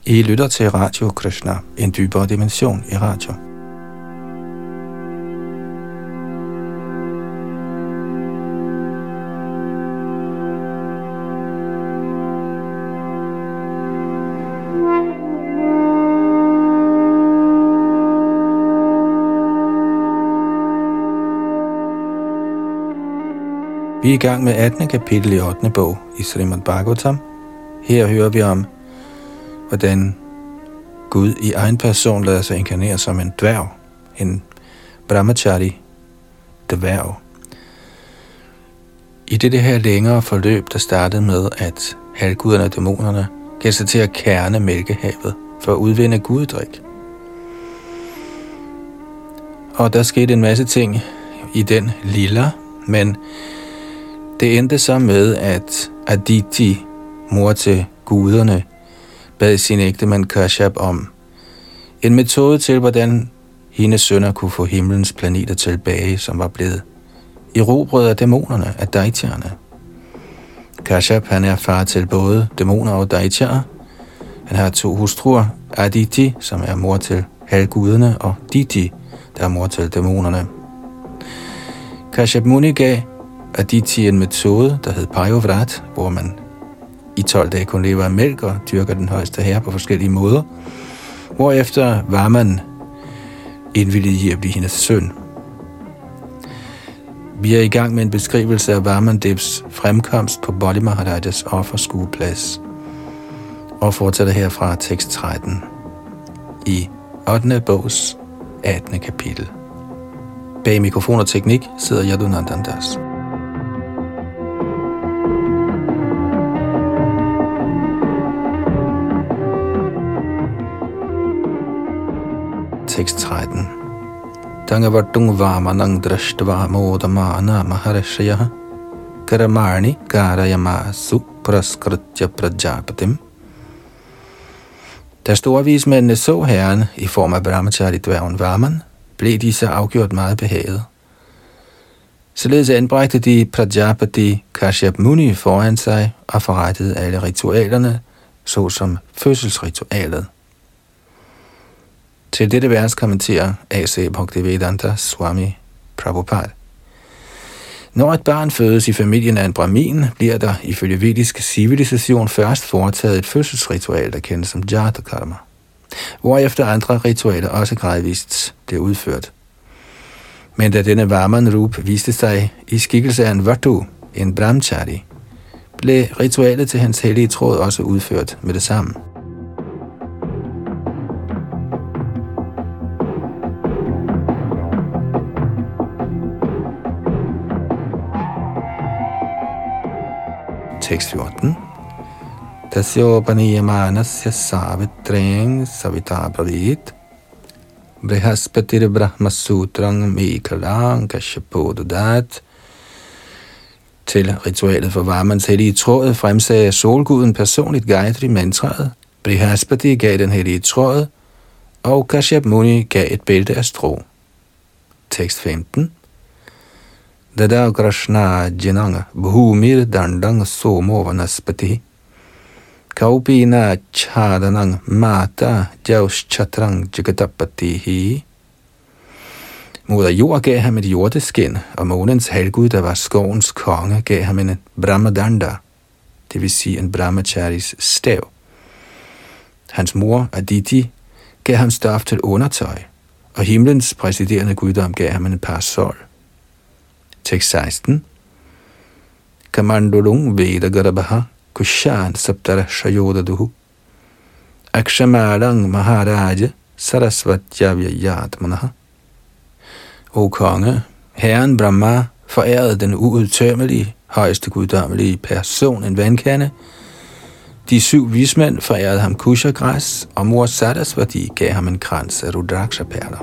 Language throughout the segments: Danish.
I lytter til Radio Krishna, en dybere dimension i radio. Vi er i gang med 18. kapitel i 8. bog i Srimad Bhagavatam. Her hører vi om, hvordan Gud i egen person lader sig inkarnere som en dværg, en brahmachari dværg. I det her længere forløb, der startede med, at halvguderne og dæmonerne gav sig til at kærne mælkehavet for at udvinde guddrik. Og der skete en masse ting i den lilla, men det endte så med, at Aditi, mor til guderne, bad sin ægtemand Kashyap om en metode til, hvordan hendes sønner kunne få himlens planeter tilbage, som var blevet erobret af dæmonerne, af daityaerne. Kashyap, han er far til både dæmoner og daityaer. Han har 2 hustruer, Aditi, som er mor til halvguderne, og Diti, der er mor til dæmonerne. Kashyap Muni gav Aditi en metode, der hed Payovrat, hvor man i 12 dage kun lever af mælk og dyrker den højeste herre på forskellige måder, hvorefter var man indvillig i at blive hendes søn. Vi er i gang med en beskrivelse af Vamandevs fremkomst på Bali Maharajas offerskueplads, og fortsætter herfra tekst 13 i 8. bogs 18. kapitel. Bag mikrofon og teknik sidder Yadunandan Das. Tekst 13. Tangavartung vamanang drashtva modamana maharashaya karamani karayamasu praskritya prajapatim. Da store vismændene så herren i form af brahmachari-dværgen Vaman, blev de så afgjort meget behaget. Således anbragte de Prajapati Kashyap Muni foran sig og forrettede alle ritualerne, såsom fødselsritualet. Til dette vers kommenterer A.C. Bhaktivedanta Swami Prabhupada. Når et barn fødes i familien af en brahmin, bliver der ifølge vedisk civilisation først foretaget et fødselsritual, der kendes som Jatakarma, hvorefter andre ritualer også gradvist bliver udført. Men da denne Vaman-rup viste sig i skikkelse af en Vatu, en brahmachari, blev ritualet til hans hellige tråd også udført med det samme. Tekst 14. Tasyopaniyamaanasya savitreng savita pravit brihaspatir brahmasutrang mekalang kashapododat. Til ritualet for Vamans hellige tråd fremsagde solguden personligt Gayatri mantraet. Brihaspati gav den hellige tråd, og Kashyap Muni gav et bælte af strå. Tekst 15. Dada Krishna Jinang Bhumir Dandang Somo Vanaspati Kaupina Chadanang Mata Javschatrang Jagatapatihi. Moder jord gav ham et jordeskin, og månens halvgud, der var skovens konge, gav ham en Brahmadanda, det vil sige en brahmacharis stav. Hans mor, Aditi, gav ham stof til undertøj, og himlens præsiderende guddom gav ham en parasol. Tekst 16. Kamandolung Vedagarabaha Kushan Saptara Shayodaduhu Akshamalang Maharaja Sarasvatya Vyayatmanaha. O konge, herren Brahma forærede den uudtømmelige, højeste guddommelige person en vandkande. De 7 vismænd forærede ham kushagræs, og mor Sarasvati gav ham en krans af rudrakshaperler.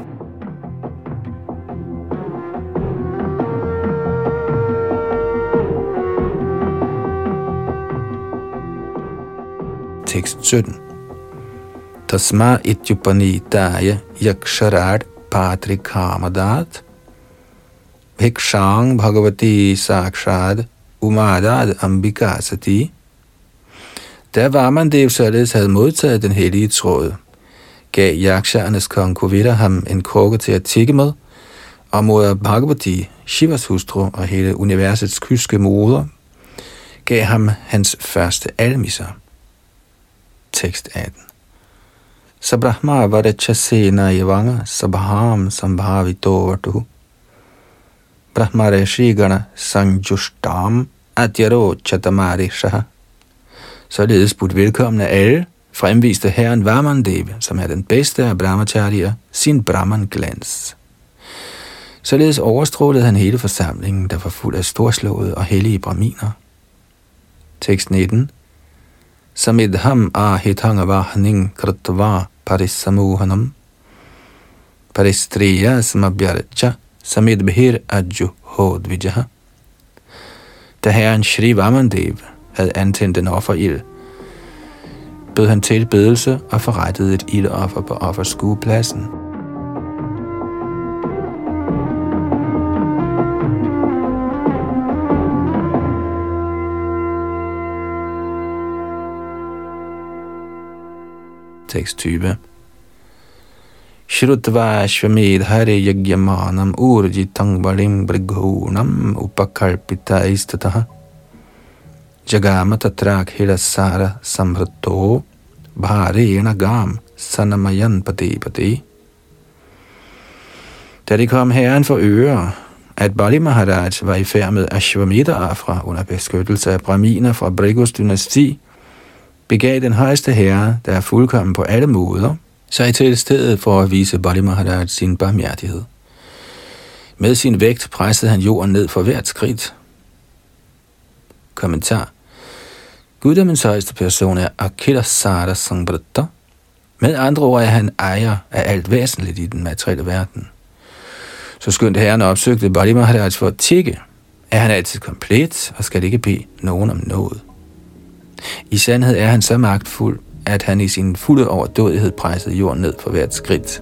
Tekst 17. Tasma ityupanitaya yaksharad patrikamadat bhikshang bhagavati sakshad umadad ambika sati. Da Vamandev således havde modtaget den hellige tråd, gav yakshaernes kong Kuvita ham en krukke til at tikke med, og moder Bhagavati, Shivas hustru og hele universets kyske moder, gav ham hans første almisser. Tekst 18. Sabrahma varachasena yavanga sabham sambhavito vartu. Brahmareshi gana sanjustam adyaro chatamarishaha. Således budt velkommen af alle, fremviste herren Vamandev, som er den bedste af brahmacharyer, sin brahman-glans. Således overstrålede han hele forsamlingen, der var fuld af storslåede og hellige brahminer. Tekst 19. Samidham ahithangavahning kratva parisamuhanam paristriya samabhyarcha samidbhir ajju hodvijaha. Da herren Shri Vamandev havde antændt en offerild, bød han tilbedelse og forrettede et ildoffer på offerskuepladsen. Tekst 20. Shrutva shvamedhare yagyamanam urjitang balim brighunam upakalpita istataha jagama tatrak hilasara samvrto bharena gam sanamayan pati. Da det kom herren for øre, at Bali Maharaj var i færd med Ashwamedha-afra under beskyttelse af brahminer fra Brigos dynasti, begav den højeste herre, der er fuldkommen på alle måder, sig til stedet for at vise Bali Maharaj sin barmhjertighed. Med sin vægt pressede han jorden ned for hvert skridt. Kommentar. Guddommens højeste person er Akhilasara Samvrta. Med andre ord er han ejer af alt væsentligt i den materielle verden. Så skønt herren opsøgte Bali Maharaj for at tikke, er han altid komplet og skal ikke bede nogen om noget. I sandhed er han så magtfuld, at han i sin fulde overdådighed pressede jorden ned for hvert skridt.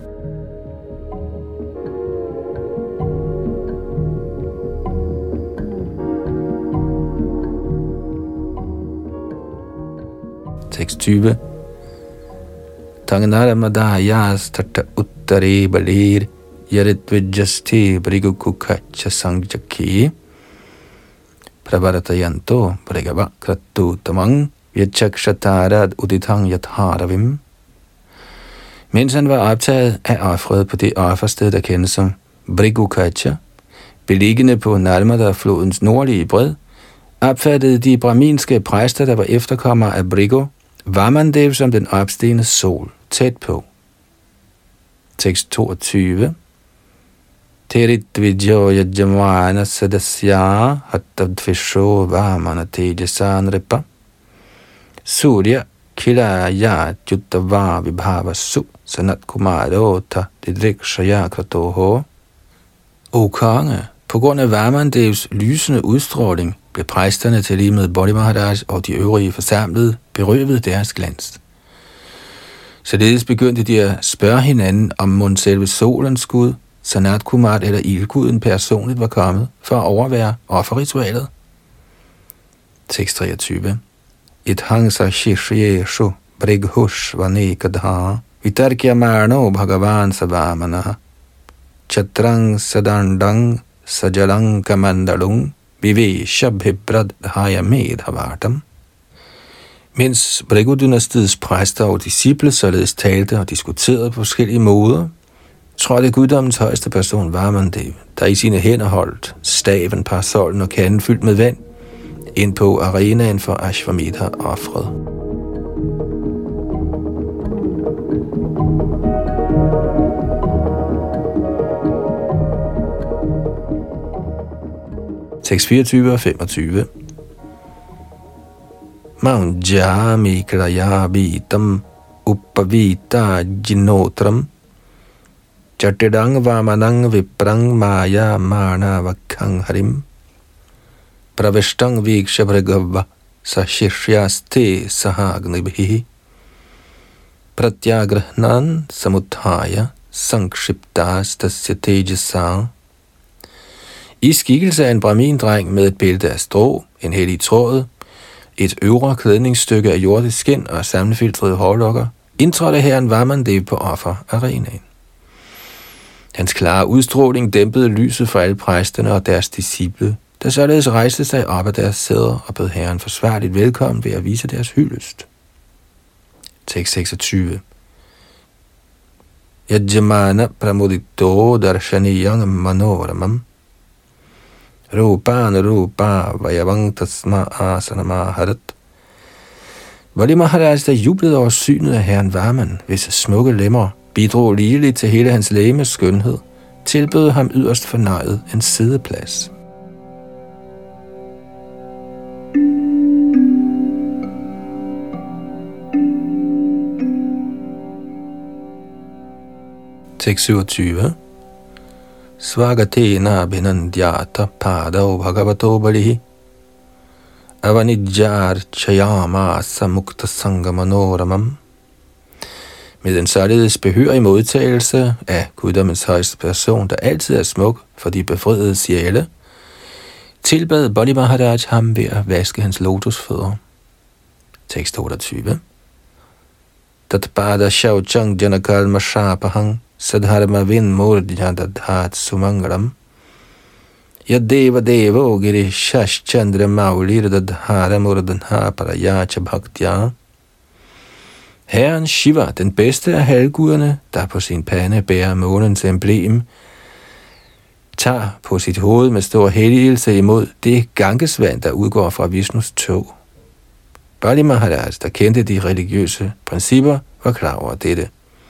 Tekst 20. Tanganara madayas tata uttare balir yaritvidjasti brigukukacha sangjaki pravaratayanto brigava kratu tamang yachakshatarad uditang yatharavim. Mens han var optaget af offret på det offersted, der kendes som Brigukacha, beliggende på Narmada-flodens nordlige bred, opfattede de brahminske præster, der var efterkommere af Brigo, Vamandev som den opstigende sol tæt på. Tekst 22. Teritvidjo yajamana sadasya hattadvisho vamana tejasanripa surya kilaya juttava vibhavasu sanat kumarota didrikshaya kratoho. O konge, på grund af Vamandevs lysende udstråling blev præsterne til lige med Bali Maharaj og de øvrige forsamlede berøvet deres glans. Således begyndte de at spørge hinanden, om mon selve solens gud, Sanat Kumar eller ildguden personligt var kommet for at overvære offerritualet. Tekst 23. Et hangsa shishrieshu brighush vanekadha vitarkya marno bhagavan savamanaha chatrang sadandang sajalang kamandalung viveshabhibrad hayamedhavartam. Mens Brigo-dynastiets præster og disciple således talte og diskuterede på forskellige måder, trådte guddommens højeste person Vamandev, der i sine hænder holdt staven, parasollen og kanden fyldt med vand, ind på arenaen for Ashwamedha-offret. Tekst 24 og 25. Manjami krayabitam uppavita jinotram Chatidang vamanang viprang maya mana vakhang harim praveshtang vikshabragava sashishyaste sahagnibhi pratyagrahnan samuthaya sankshiptas tasya tejasa. I skikkelse af en brahmin-dreng med et bælte af strå, en hellig tråd, et øvre klædningsstykke af jordisk skind og sammenfiltrede hårlokker, indtrådte herren Vamandev på offerarenaen. Hans klare udstråling dæmpede lyset for alle præsterne og deres disciple, der således rejste sig op af deres sæder og bød herren forsvarligt velkommen ved at vise deres hyldest. Tekst 26. Yajamana pramudito darshaniyang manoramam Rupan rupa vayavang tasma asanamaharat. Bali Maharaj, der jublede over synet af herren Vaman, hvis smukke lemmer bidrog ligeligt til hele hans legemes skønhed, tilbød ham yderst fornøjet en siddeplads. Tekst 27. Svagatena binandyata padav bhagavato balihi avanidjar chayama samukta sangamanoramam. Med en således behørig modtagelse af guddommens højeste person, der altid er smuk for de befriede sjæle, tilbad Bali Maharaj ham ved at vaske hans lotusfødder. Tekst 28. Tatpada shauchang janakal mashapahang sadharma vin murdjadadhat sumangaram yadeva devo girishash chandra maulir dadhara murdanha parayacha bhaktya. Herren Shiva, den bedste af halvguderne, der på sin pande bærer månens emblem, tager på sit hoved med stor helligelse imod det gangesvand, der udgår fra Vishnus tog. Bali Maharaj, der kendte de religiøse principper, var klar over dette.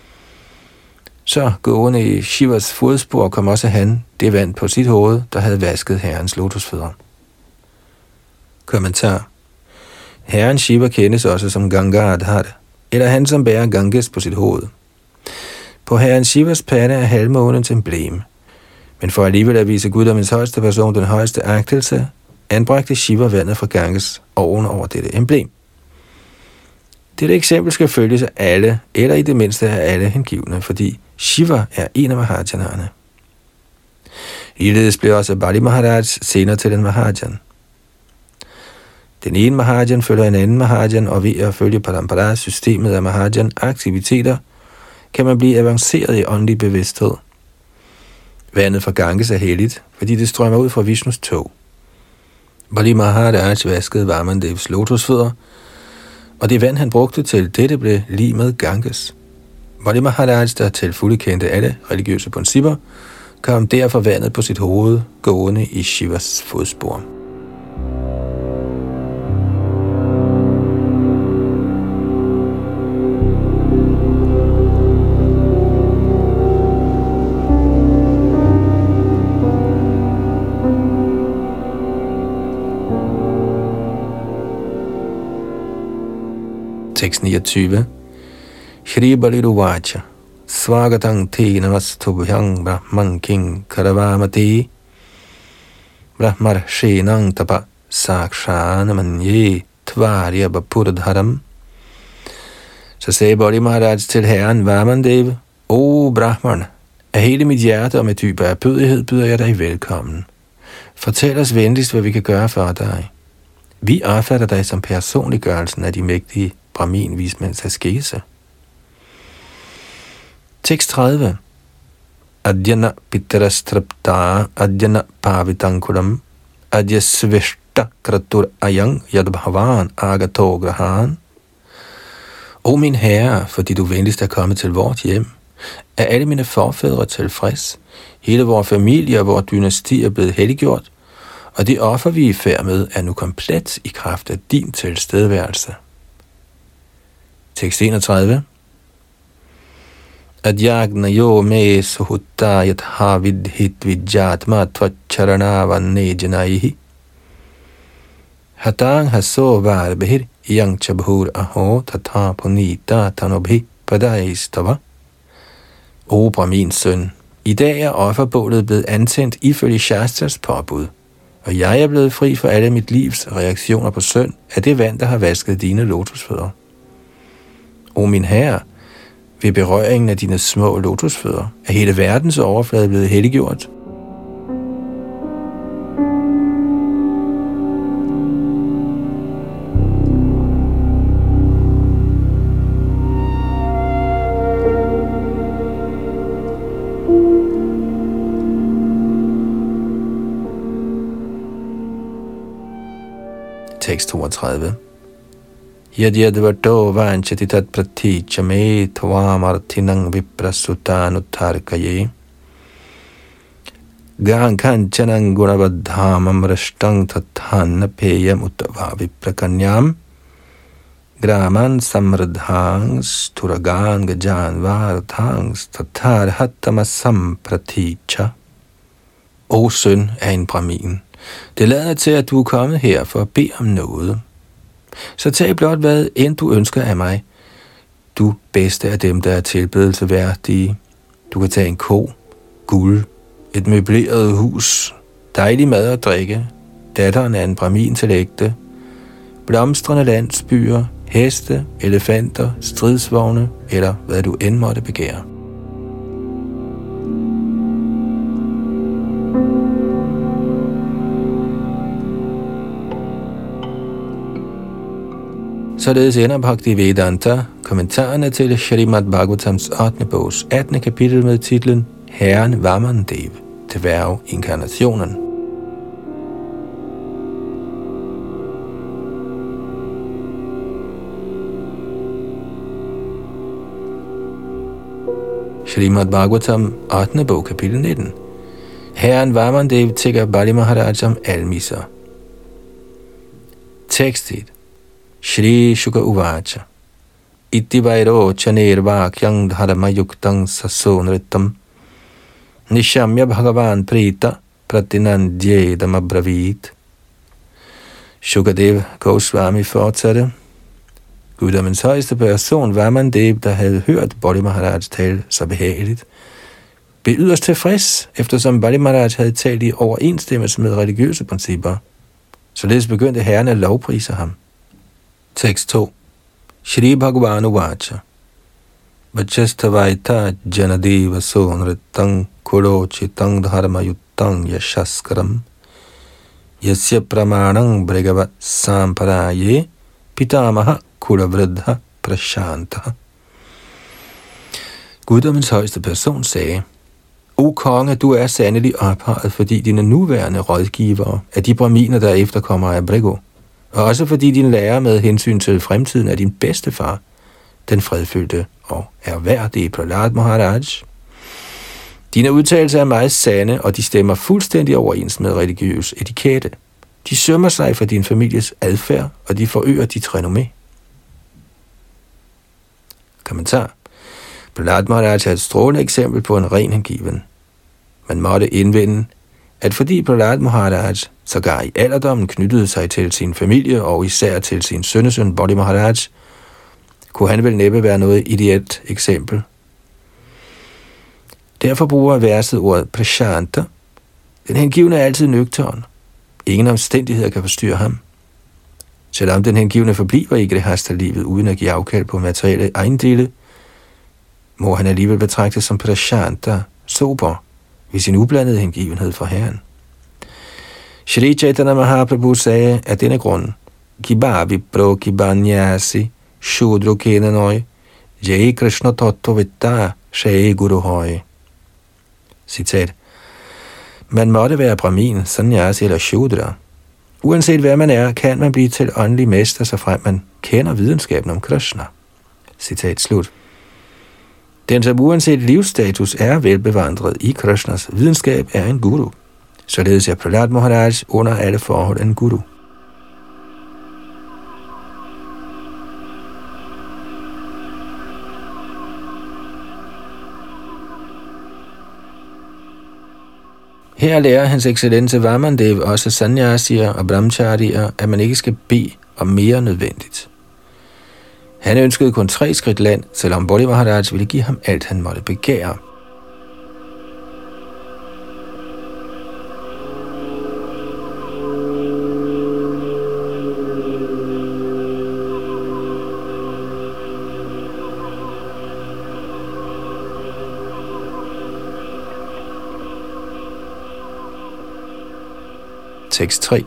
Så gående i Shivas fodspor kom også han det vand på sit hoved, der havde vasket herrens lotusfødder. Kommentar. Herren Shiva kendes også som Ganga Adhar, eller han, som bærer Ganges på sit hoved. På herren Shivas pande er halvmånens emblem, men for alligevel at vise guddommens højeste person den højeste agtelse, anbragte Shiva vandet fra Ganges oven over dette emblem. Dette eksempel skal følges af alle, eller i det mindste af alle hengivne, fordi Shiva er en af Mahajanerne. Ligeledes blev også Bali Maharaj senere til en Mahajan. Den ene Mahajan følger en anden Mahajan, og ved at følge Parampara, systemet af Mahajan-aktiviteter, kan man blive avanceret i åndelig bevidsthed. Vandet fra Ganges er helligt, fordi det strømmer ud fra Vishnus tog. Bali Maharaj vaskede Vamandevs lotusfødder, og det vand, han brugte til dette, blev lig med Ganges. Bali Maharaj, der til fulde kendte alle religiøse principper, kom derfor vandet på sit hoved, gående i Shivas fodspor. Tekst 29. Shri Baliruvacha Svagatang te namastubhyang brahman king karavamati brahmar shenang tapa sakshana manye tvarya bapurdharam. Så sagde Bali Maharaj til herren Vamandev: O Brahman, af hele mit hjerte og med dyb ærbødighed byder jeg dig velkommen. Fortæl os venligst, hvad vi kan gøre for dig. Vi opfatter dig som personliggørelsen af de mægtige Brahmin-vismænds skikkelse. Tekst 30. Adjana pitarastrapta adjana pavitankuram adya svishta kratur ayang yadbhavan agato grahan. O min herre, fordi du venligst er kommet til vort hjem, er alle mine forfædre tilfreds. Hele vores familie og vores dynasti er blevet helliggjort, og det offer, vi er i færd med, er nu komplet i kraft af din tilstedeværelse. Tekst 31. Adyagna yo me suhutta yatha vidhit vijatma tvacharanavanne janaihi hatang haso varbehir yang chabhur aho tatha punita tanobhi padaistava. O Brahmin søn, i dag er offerbålet blevet antændt ifølge Shastras påbud, og jeg er blevet fri for alle mit livs reaktioner på synd af det vand, der har vasket dine lotusfødder. O min herre, ved berøringen af dine små lotusfødder er hele verdens overflade blevet helliggjort. Tekst 32. Yadyadvato vanchati tat pratichame tvamartinang viprasutanuttarkaye Gankanchanang gunavadhamam rashtang tathanna peyam uttava viprakanyam Graman samradhangs turagan gajan vardhangs tatarhattamasam praticha. O søn af en brahmin, det lader til, at du er kommet her for at bede om noget. Så tag blot hvad end du ønsker af mig. Du bedste af dem, der er tilbedelsesværdige. Du kan tage en ko, guld, et møbleret hus, dejlig mad og drikke, datteren af en brahmin til ægte, blomstrende landsbyer, heste, elefanter, stridsvogne eller hvad du end måtte begære. Således ender Bhaktivedanta kommentarerne til Srimad Bhagavatams 8. bogs 18. kapitel med titlen Herren Vamandev, dværginkarnationen. Srimad Bhagavatam 8. bog, kapitel 19. Herren Vamandev tigger Bali Maharaj om almisser. Tekstet. Shri Shuka Uvacha Iti Vairo Chanirvakyang Dharma Yuktang Sasonritam Nishamya Bhagavan Prita Pratinandjedam Abravit. Shukadev Goswami fortsatte. Guddommens højeste person, Vamandev, der havde hørt Bali Maharaj tale så behageligt, blev yderst tilfreds, eftersom Bali Maharaj havde talt i overensstemmelse med religiøse principper. Således begyndte herren at lovprise ham. Tekst 2. Shri Bhagavan Uvacha Vachastavaita Janadeva Sonritang Kulochitang Dharma Yuttang Yashaskaram Yasya Pramanang Brigava Samparaye Pitamaha Kulavridha Prashanta. Guddommens højeste person sagde: O konge, du er sandelig ophavet, fordi dine nuværende rådgivere er de brahminer, der efterkommer af Brigo, og også fordi din lærer med hensyn til fremtiden er din bedstefar, den fredfyldte og ærværdige Prahlad Maharaj. Dine udtalelser er meget sande, og de stemmer fuldstændig overens med religiøs etikette. De sømmer sig for din families adfærd, og de forøger dit renommé. Kommentar. Prahlad Maharaj er et strålende eksempel på en ren hengiven. Man måtte indvende, at fordi Prahlad Maharaj sågar i alderdommen knyttede sig til sin familie og især til sin sønnesøn Bali Maharaj, kunne han vel næppe være noget ideelt eksempel. Derfor bruger verset ordet prashanta. Den hengivne er altid nøgtern. Ingen omstændigheder kan forstyrre ham. Selvom den hengivne forbliver i grihastha-livet uden at give afkald på materielle ejendele, må han alligevel betragtes som prashanta, sober, ved sin ublandede hengivenhed for Herren. Shri Chaitanya Mahaprabhu sagde af denne grund: Kiba vipro kibanyasi shudro kenanoi jai krishna tattva vitta shai guru hoi. Citat. Man måtte være brahmin, sannyasi eller shudra. Uanset hvad man er, kan man blive til åndelig mester, så frem man kender videnskaben om Krishna. Citat slut. Den, som uanset livsstatus er velbevandret i Krishnas videnskab, er en guru. Således er Prahlad Maharaj under alle forhold en guru. Her lærer hans excellence Vamandev også sannyasier og brahmacharier, at man ikke skal bede om mere nødvendigt. Han ønskede kun 3 skridt land, selvom Bali Maharaj ville give ham alt, han måtte begære. Tekst 3.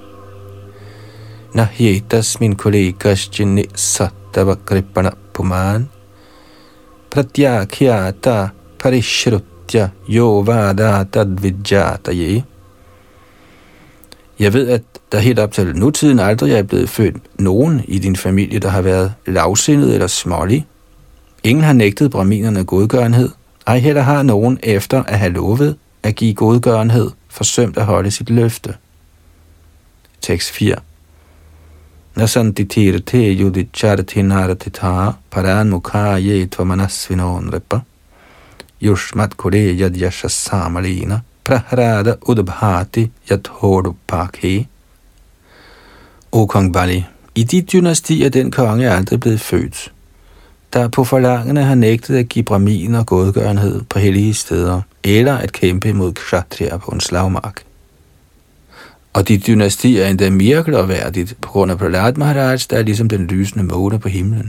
Nahi tasmin kollegas jinni sattava kripana puman pratyakhyata parishrutya yo vada tadvijataye. Jeg ved, at der helt op til nutiden aldrig er blevet født nogen i din familie, der har været lavsindet eller smålig. Ingen har nægtet brahminerne godgørenhed. Ej heller har nogen efter at have lovet at give godgørenhed forsømt at holde sit løfte. Tekst 4. Nasantitirte yudicharthinartitha paran mukhaye tvamanasvinon repa yushmat kore yad yashasamalina prahrada udabhati yadhodupakhe. O kong Bali, i dit dynasti er den konge aldrig blevet født, der på forlangende har nægtet at give brahminer godgørenhed på hellige steder, eller at kæmpe mod kshatriya på en slagmark. Og dit dynasti er endda mirakelværdigt på grund af Prahlad Maharaj, der er ligesom den lysende måne på himlen.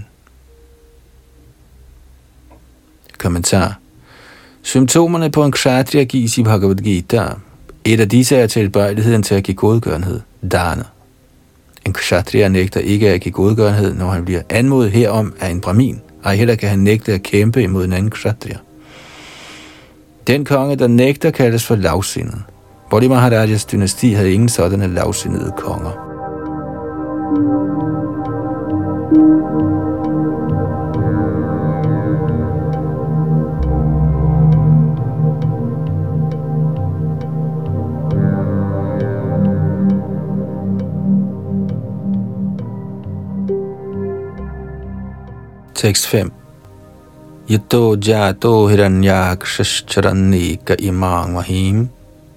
Kommentar. Symptomerne på en kshatriya gives i Bhagavad Gita. Et af disse er tilbøjeligheden til at give godgørenhed, dana. En kshatriya nægter ikke at give godgørenhed, når han bliver anmodet herom af en brahmin, og heller kan han nægte at kæmpe imod en anden kshatriya. Den konge, der nægter, kaldes for lavsindet. Bali Maharajas dynasti havde ingen sådanne lavsindede konger. Tekst 5. Yato jato hiranyakshascharaneka imang mahim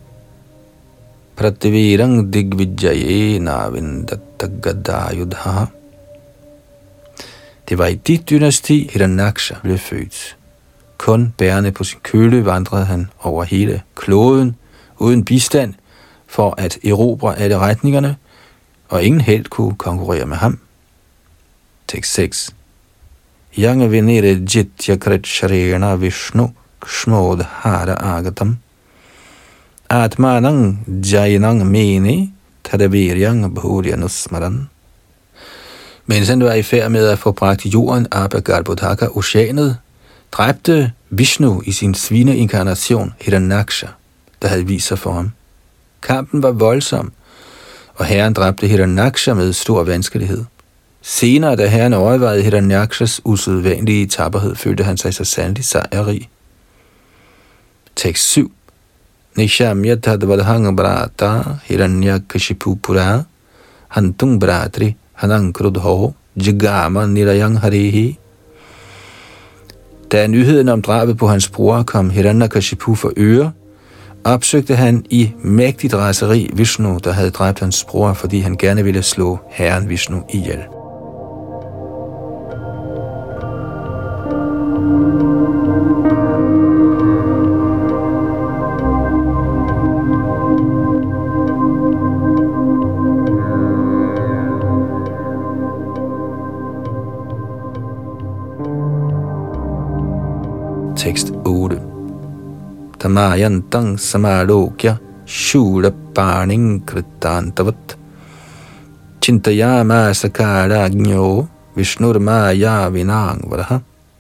prativirang digvijaye navindattagadayudha. Det var i dit dynasti, Hiranyaksha blev født. Kun bærende på sin køle vandrede han over hele kloden, uden bistand, for at erobre alle retningerne, og ingen helt kunne konkurrere med ham. Tekst 6. Yang vinire jitya kretsharena Vishnu kshmodhara agatam atmanang jayanang meni tadaviryang bhuryanusmaran. Mens han var i færd med at få bragt jorden op af Garbhodaka oceanet, dræbte Vishnu i sin svineinkarnation Hiranyaksha, der havde vist sig for ham. Kampen var voldsom, og herren dræbte Hiranyaksha med stor vanskelighed. Senere, da herren overvejede Hiranyakshas usædvanlige tapperhed, følte han sig så sandelig sejrrig. Tekst 7. Nishamya tadvadhang brata hiranyakashipu pura hantung bratri hanankrudho jagama nilayang harihi. Da nyheden om drabet på hans bror kom Hiranyakashipu for øre, opsøgte han i mægtigt raseri Vishnu, der havde dræbt hans bror, fordi han gerne ville slå herren Vishnu ihjel. Tekst 8. Tamayantang samalokya shuraparning kritantavat chintayama sakaragno vishnurmaya vinang vadaha.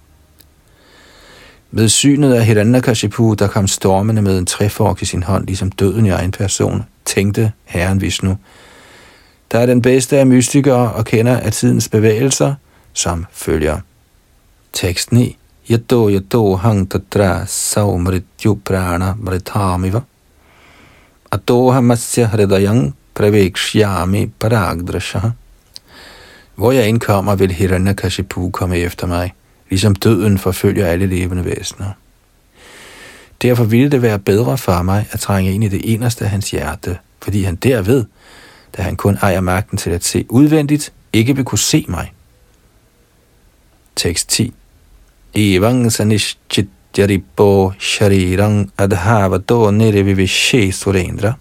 Ved synet af Hiranyakashipu, der kom stormende med en træfork i sin hånd, ligesom døden i egen person, tænkte herren Vishnu, der er den bedste af mystikere og kender af tidens bevægelser, som følger. Tekst 9. Yato hang tatra saumrityu prana mritamiva atoha masya hridayang pravekshyami paragdrashaha. Hvor jeg indkommer, vil Hiranyakashipu komme efter mig, ligesom døden forfølger alle levende væsener. Derfor ville det være bedre for mig at trænge ind i det inderste af hans hjerte, fordi han derved, da han kun ejer magten til at se udvendigt, ikke vil kunne se mig. Tekst 10. Evang sanishchityaripo sharirang adhavato nirivivishe surendra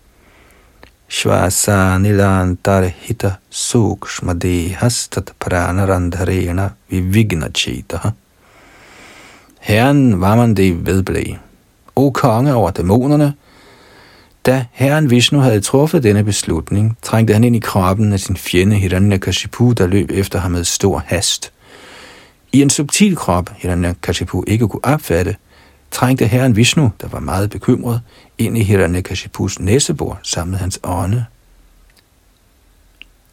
shvasa nilantar hita sukshmadehas tat pranarandharena vivignachitaha. Herren Vamandev vedblev: O konge over dæmonerne, da herren Vishnu havde truffet denne beslutning, trængte han ind i kroppen af sin fjende Hiranyakashipu, der løb efter ham med stor hast. I en subtil krop, Hiranyakashipu ikke kunne opfatte, trængte herren Vishnu, der var meget bekymret, ind i Hiranyakashipus næsebor sammen med hans ånde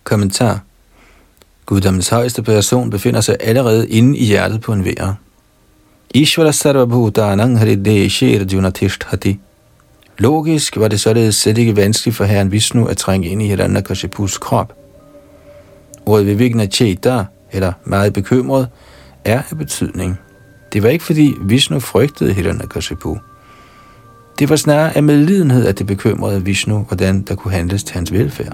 Kommentar. Guddommens højeste person befinder sig allerede inde i hjertet på enhver. Ishvara sarvabhutanang hrideshe Arjuna tishthati. Logisk var det således slet ikke vanskeligt for herren Vishnu at trænge ind i Hiranyakashipus krop. Ordet Vivigna Cheta, eller meget bekymret, er af betydning. Det var ikke fordi Vishnu frygtede Hiranyakashipu. Det var snarere af medlidenhed, at det bekymrede Vishnu, hvordan der kunne handles til hans velfærd.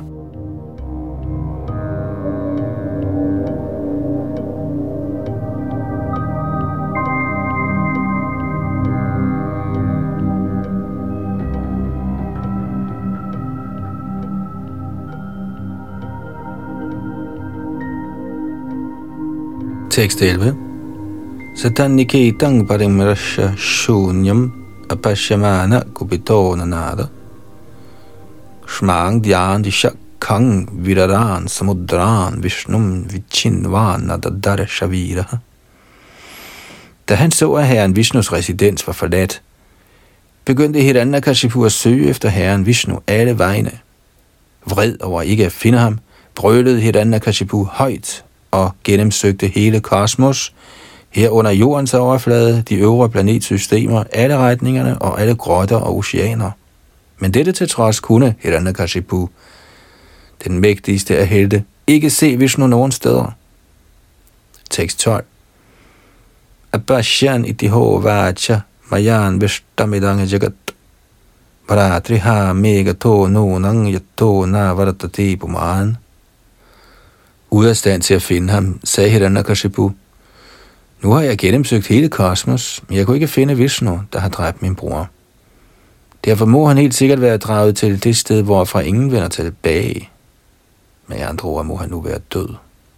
Tekst 11. Satanniketang parimrasya shunyam apashyamana kupitona nada shmang dhyan dishakang viraran samudran vishnum vichinvana dadara shavira. Da han så, at herren Vishnus residens var forladt, begyndte Hiranyakashipu at søge efter herren Vishnu alle vegne. Vred over ikke at finde ham, brølede Hiranyakashipu højt og gennemsøgte hele kosmos, herunder jordens overflade, de øvre planetsystemer, alle retningerne og alle grotter og oceaner. Men dette til trods kunne Hiranyakashipu, den mægtigste af helte, ikke se Vishnu nogen steder. Tekst 12. Abhashyan itiho vacha mayan vishtamidang jagat paratriha megato nonang yato navaratati puman. Ude af stand til at finde ham, sagde Hiranyakashipu: Nu har jeg gennemsøgt hele kosmos, men jeg kunne ikke finde Vishnu, der har dræbt min bror. Derfor må han helt sikkert være draget til det sted, hvorfra ingen vender tilbage. Med andre ord må han nu være død.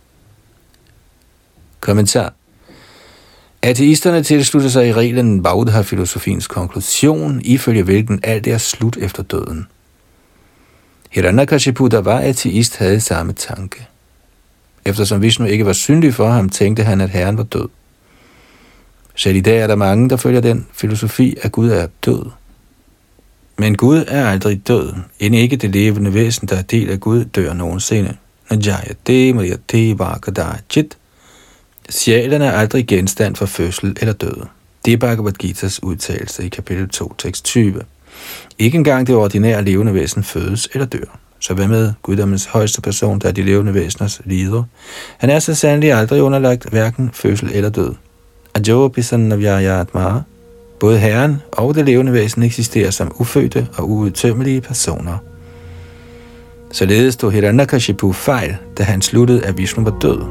Kommentar. Ateisterne tilslutter sig i reglen Baudha-filosofiens konklusion, ifølge hvilken alt er slut efter døden. Hiranyakashipu, der var ateist, havde samme tanke. Eftersom Vishnu ikke var synlig for ham, tænkte han, at herren var død. Selv i dag er der mange, der følger den filosofi, at Gud er død. Men Gud er aldrig død, end ikke det levende væsen, der er del af Gud, dør nogensinde. Najayate Mariyate Vakadachit. Sjælen er aldrig genstand for fødsel eller død. Det er Bhagavad Gitas udtalelse i kapitel 2, tekst 20. Ikke engang det ordinære levende væsen fødes eller dør. Så hvad med guddommens højeste person, der er de levende væseners leder? Han er så sandelig aldrig underlagt hverken fødsel eller død. Ajopisannavyayatma. Både herren og det levende væsen eksisterer som ufødte og uudtømmelige personer. Således stod Hiranyakashipu fejl, da han sluttede, at Vishnu var død.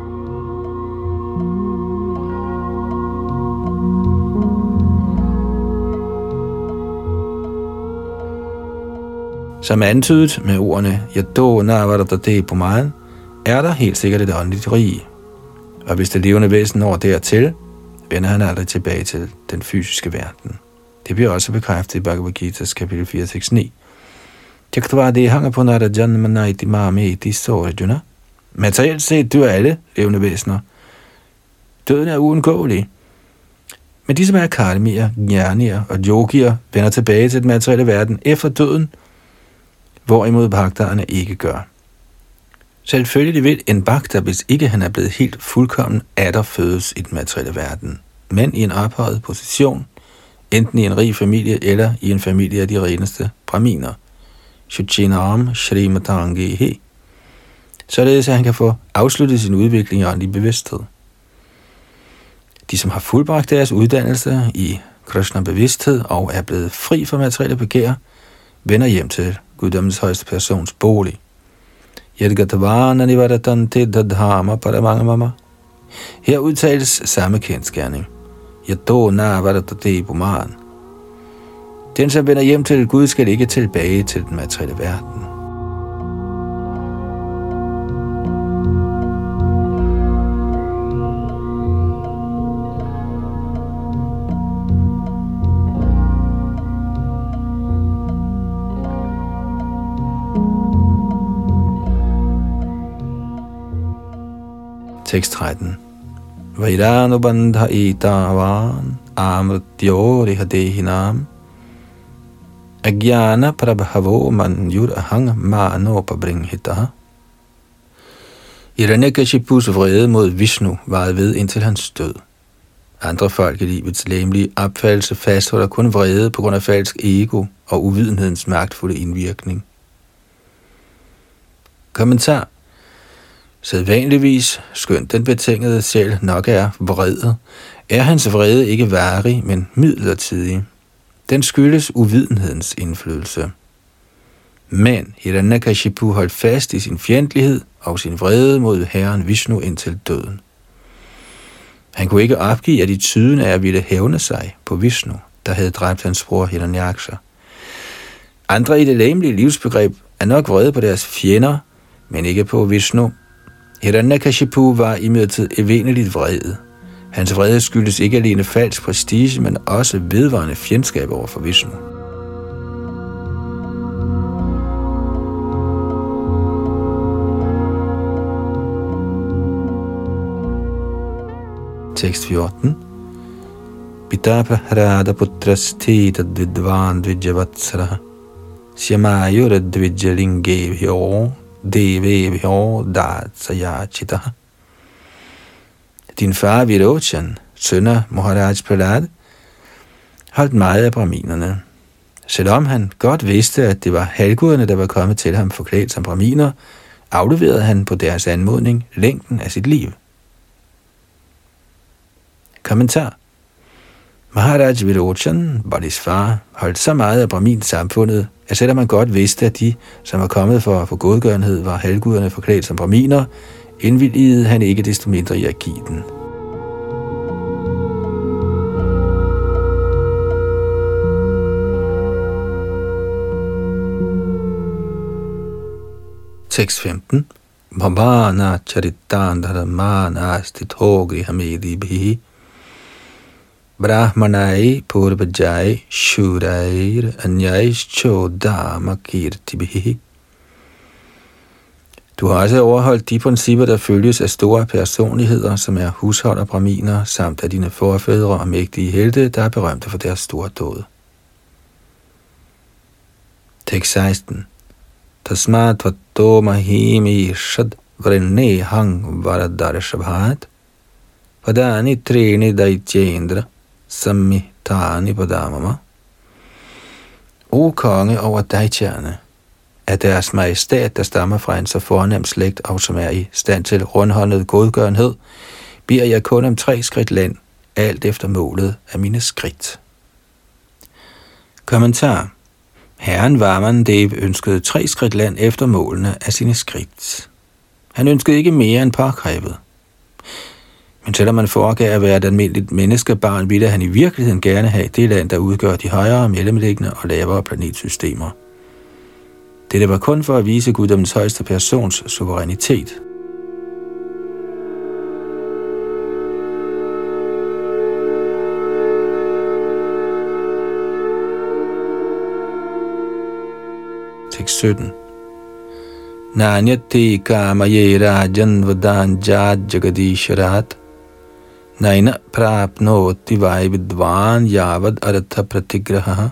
Som antydet med ordene Yado Navaratati Puman, er der helt sikkert et åndeligt rige. Og hvis det levende væsen når dertil, vender han aldrig tilbage til den fysiske verden. Det bliver også bekræftet i Bhagavad Gita's kapitel 4, tekst 9. Tyaktavade hanga punara janmana iti mame iti so Arjuna. Materielt set dør alle levende væsener. Døden er uundgåelig. Men de, som er karmier, jnanier og yogier, vender tilbage til den materielle verden efter døden, hvorimod bhaktaerne ikke gør. Selvfølgelig vil en bhakta, hvis ikke han er blevet helt fuldkommen, atter fødes i den materielle verden, men i en ophøjet position, enten i en rig familie eller i en familie af de reneste brahminer. Shuchinam Shrimatangehe. Således at han kan få afsluttet sin udvikling i åndelig bevidsthed. De, som har fuldbragt deres uddannelse i Krishna-bevidsthed og er blevet fri for materielle begær, vender hjem til guddommens højeste persons bolig. Her udtales samme kendsgerning. Den, som vender hjem til Gud, skal ikke tilbage til den materielle verden. Tekst 13. Vairanubandha etavan amrityo rihadehinam agyana prabhavo manjur ahang manopabringhitaha. Hiranyakashipus vrede mod Vishnu varede ved indtil hans død. Andre folk i livets legemlige opfattelse fastholder kun vrede på grund af falsk ego og uvidenhedens magtfulde indvirkning. Kommentar. Sædvanligvis, skønt den betingede sjæl nok er vrede, er hans vrede ikke varig, men midlertidig. Den skyldes uvidenhedens indflydelse. Men Hiranyakashipu holdt fast i sin fjendtlighed og sin vrede mod herren Vishnu indtil døden. Han kunne ikke opgive, at de tydende af ville hævne sig på Vishnu, der havde dræbt hans bror Hiranyaksha. Andre i det legemlige livsbegreb er nok vrede på deres fjender, men ikke på Vishnu. Hiranyakashipu var imidlertid evindeligt vred. Hans vrede skyldes ikke alene falsk prestige, men også vedvarende fjendskab over for Vishnu. Tekst 14. Pitaprahrada putrastita dvidvan dvijavatsara Syamayura dvijalingevhyo devevhyo datsayachita. Din far Virochan, søn af Maharaj Prahlad, holdt meget af brahminerne. Selvom han godt vidste, at det var halvguderne, der var kommet til ham forklædt som brahminer, afleverede han på deres anmodning længden af sit liv. Kommentar. Maharaj Virochan, Bodhis far, holdt så meget af brahmin-samfundet, at selvom man godt vidste, at de, som var kommet for at få godgørenhed, var halvguderne forklædt som brahminer, indvilligede han ikke desto mindre i at give den. Tekst 15. Bhavana charitandharamana stitho grihamedi bhi Brahmanai purvajai shurair anyaischodama kirtibihi. Du har også overholdt de principper, der følges af store personligheder, som er husholderbrahminer, samt af dine forfædre og mægtige helte, der er berømte for deres store dåd. Tekst 16. Tasmat vatto mahimi shad vrenne hang varadarshabhat padani treni daitjendra sammitani padamama. O konge over daitjerne, af deres majestæt, der stammer fra en så fornem slægt, og som er i stand til rundhåndet godgørenhed, beder jeg kun om 3 skridt land, alt efter målet af mine skridt. Kommentar. Herren Vamandev ønskede 3 skridt land efter målene af sine skridt. Han ønskede ikke mere end påkrævet. Men selvom man foregav at være et almindeligt menneskebarn, ville han i virkeligheden gerne have det land, der udgør de højere, mellemliggende og lavere planetsystemer. Dette var kun for at vise guddommens højeste persons suverænitet. Tekst 17. Nanyate kamaye rajan vadanja jagadisharat naina prapnoti vaividvan yavad artha pratigraha.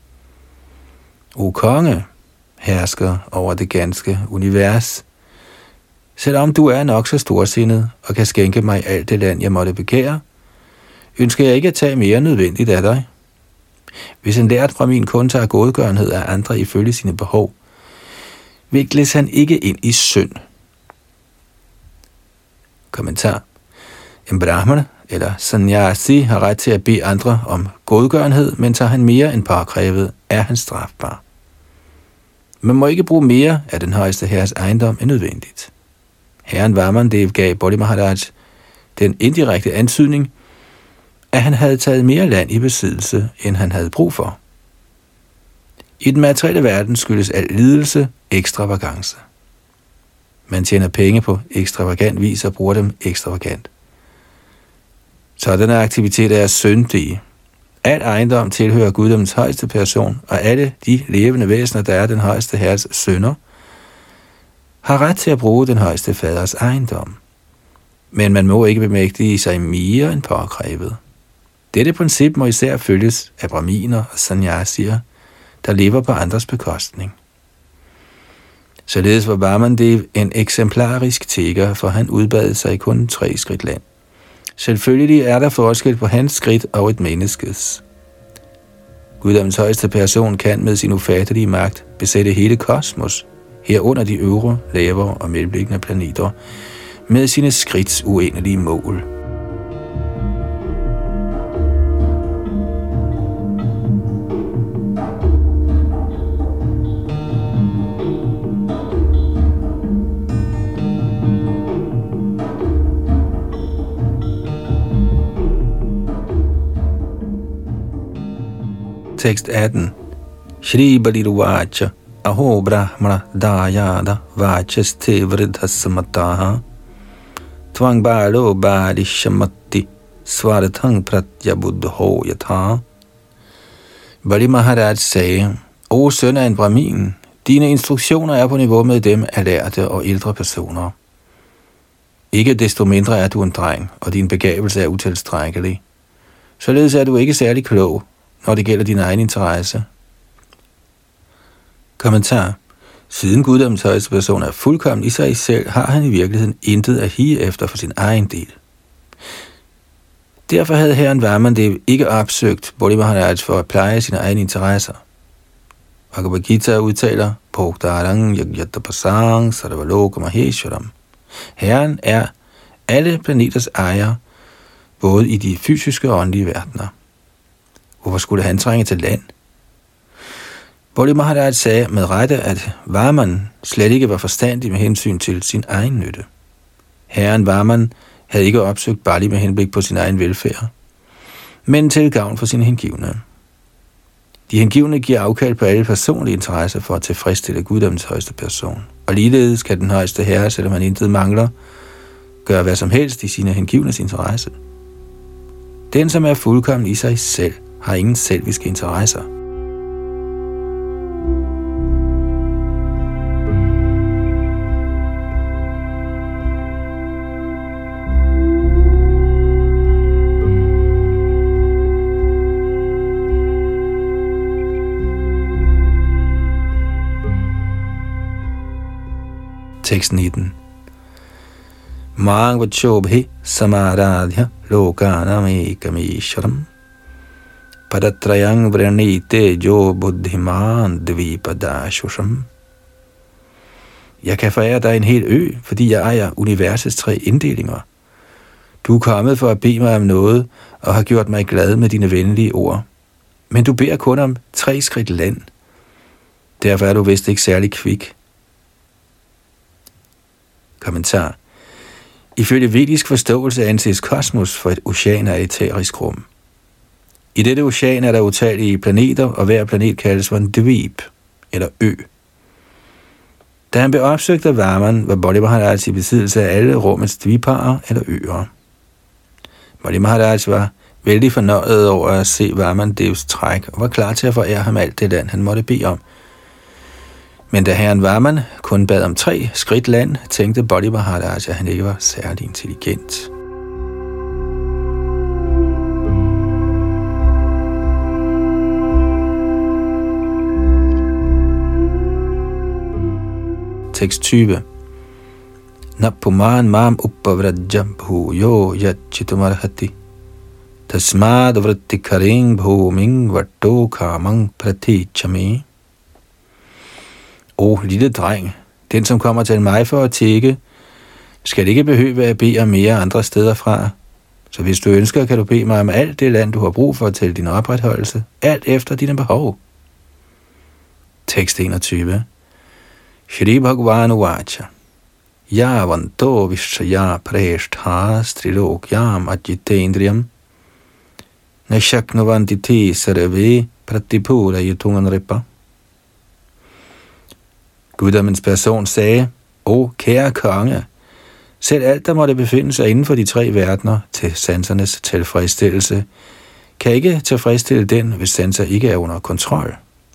O konge, hersker over det ganske univers, selvom du er nok så storsindet og kan skænke mig alt det land, jeg måtte begære, ønsker jeg ikke at tage mere nødvendigt af dig. Hvis en lært brahmin kun tager godgørenhed af andre ifølge sine behov, vikles han ikke ind i synd. Kommentar. En brahmana eller sannyasi har ret til at bede andre om godgørenhed, men tager han mere end påkrævet, er han strafbar. Man må ikke bruge mere af den højeste herres ejendom end nødvendigt. Herren Vamandev gav Bodhi Maharaj den indirekte antydning, at han havde taget mere land i besiddelse, end han havde brug for. I den materielle verden skyldes al lidelse ekstravagance. Man tjener penge på ekstravagant vis og bruger dem ekstravagant. Sådanne aktiviteter er syndige. Al ejendom tilhører guddommens højeste person, og alle de levende væsener, der er den højeste herres sønner, har ret til at bruge den højeste faders ejendom. Men man må ikke bemægtige sig mere end påkrævet. Dette princip må især følges af brahminer og sannyasier, der lever på andres bekostning. Således var Vamandev en eksemplarisk tigger, for han udbad sig kun 3 skridt land. Selvfølgelig er der forskel på hans skridt og et menneskes. Guddommens højeste person kan med sin ufattelige magt besætte hele kosmos, herunder de øvre, lavere og mellemliggende planeter, med sine skridts uendelige mål. Tekst 18. Shri Baliruvacha Aho Brahmana Dayada Vachaste Vridhasamataha Tvang Balo Badishamati Svarthang Pratyabuddho Yatha. Bali Maharaj sagde: O søn af en brahmin, dine instruktioner er på niveau med dem af lærte og ældre personer. Ikke desto mindre er du en dreng, og din begavelse er utilstrækkelig. Således er du ikke særlig klog, når det gælder din egen interesse. Kommentar. Siden Guddommens højeste person er fuldkommen i sig selv, har han i virkeligheden intet at hige efter for sin egen del. Derfor havde herren Vamandev ikke opsøgt Bali Maharaj for at pleje sine egne interesser. Bhagavad Gita udtaler: Bhoktarang yagyatapasang sarvaloka maheshwaram. Herren er alle planeters ejer, både i de fysiske og åndelige verdener. Hvorfor skulle han trænge til land? Bali Maharaj sagde med rette, at Vaman slet ikke var forstandig med hensyn til sin egen nytte. Herren Vaman havde ikke opsøgt Bali med henblik på sin egen velfærd, men til gavn for sine hengivne. De hengivne giver afkald på alle personlige interesser for at tilfredsstille Guddommens højeste person, og ligeledes kan den højeste herre, selvom han intet mangler, gøre hvad som helst i sine hengivnes interesse. Den, som er fuldkommen i sig selv, har ingen selviske interesser. Tekst 19. Mang vachobhi samaradhya lokanam ekamishram padatrayang vranite jo buddhiman dvipadashusham. Jeg kan forære dig en hel ø, fordi jeg ejer universets 3 inddelinger. Du er kommet for at bede mig om noget, og har gjort mig glad med dine venlige ord. Men du beder kun om 3 skridt land. Derfor er du vist ikke særlig kvik. Kommentar. Ifølge vedisk forståelse anses kosmos for et ocean af æterisk rum. I dette ocean er der utallige planeter, og hver planet kaldes for en dvip, eller ø. Da han blev opsøgt af Vaman, var Bali Maharaj i besiddelse af alle rummets dviparer eller øer. Bali Maharaj var vældig fornøjet over at se Vamandevs træk, og var klar til at forære ham alt det land, han måtte bede om. Men da herren Vaman kun bad om 3 skridt land, tænkte Bali Maharaj, at han ikke var særlig intelligent. Tekst 20. Napuman mam uppavraja bhuyo yachitumarhati tasmad vrittikaring bhuming vatto kamang pratichami. O lille dreng, den som kommer til mig for at tigge, skal ikke behøve at bede om mere andre steder fra. Så hvis du ønsker, kan du bede mig om alt det land, du har brug for til din opretholdelse, alt efter dine behov. Tekst 21. Shri Bhagavan Uvacha Yavanto Vishaya Preshtha Strilokyam Ajitendriyam Nashaknavantiti Sarve Pratipura Yutunganripa. Guddommens person sagde: O kære konge, selv alt, der måtte befinde sig inden for de 3 verdener til sansernes tilfredsstillelse, kan ikke tilfredsstille den, hvis sanser ikke er under kontrol.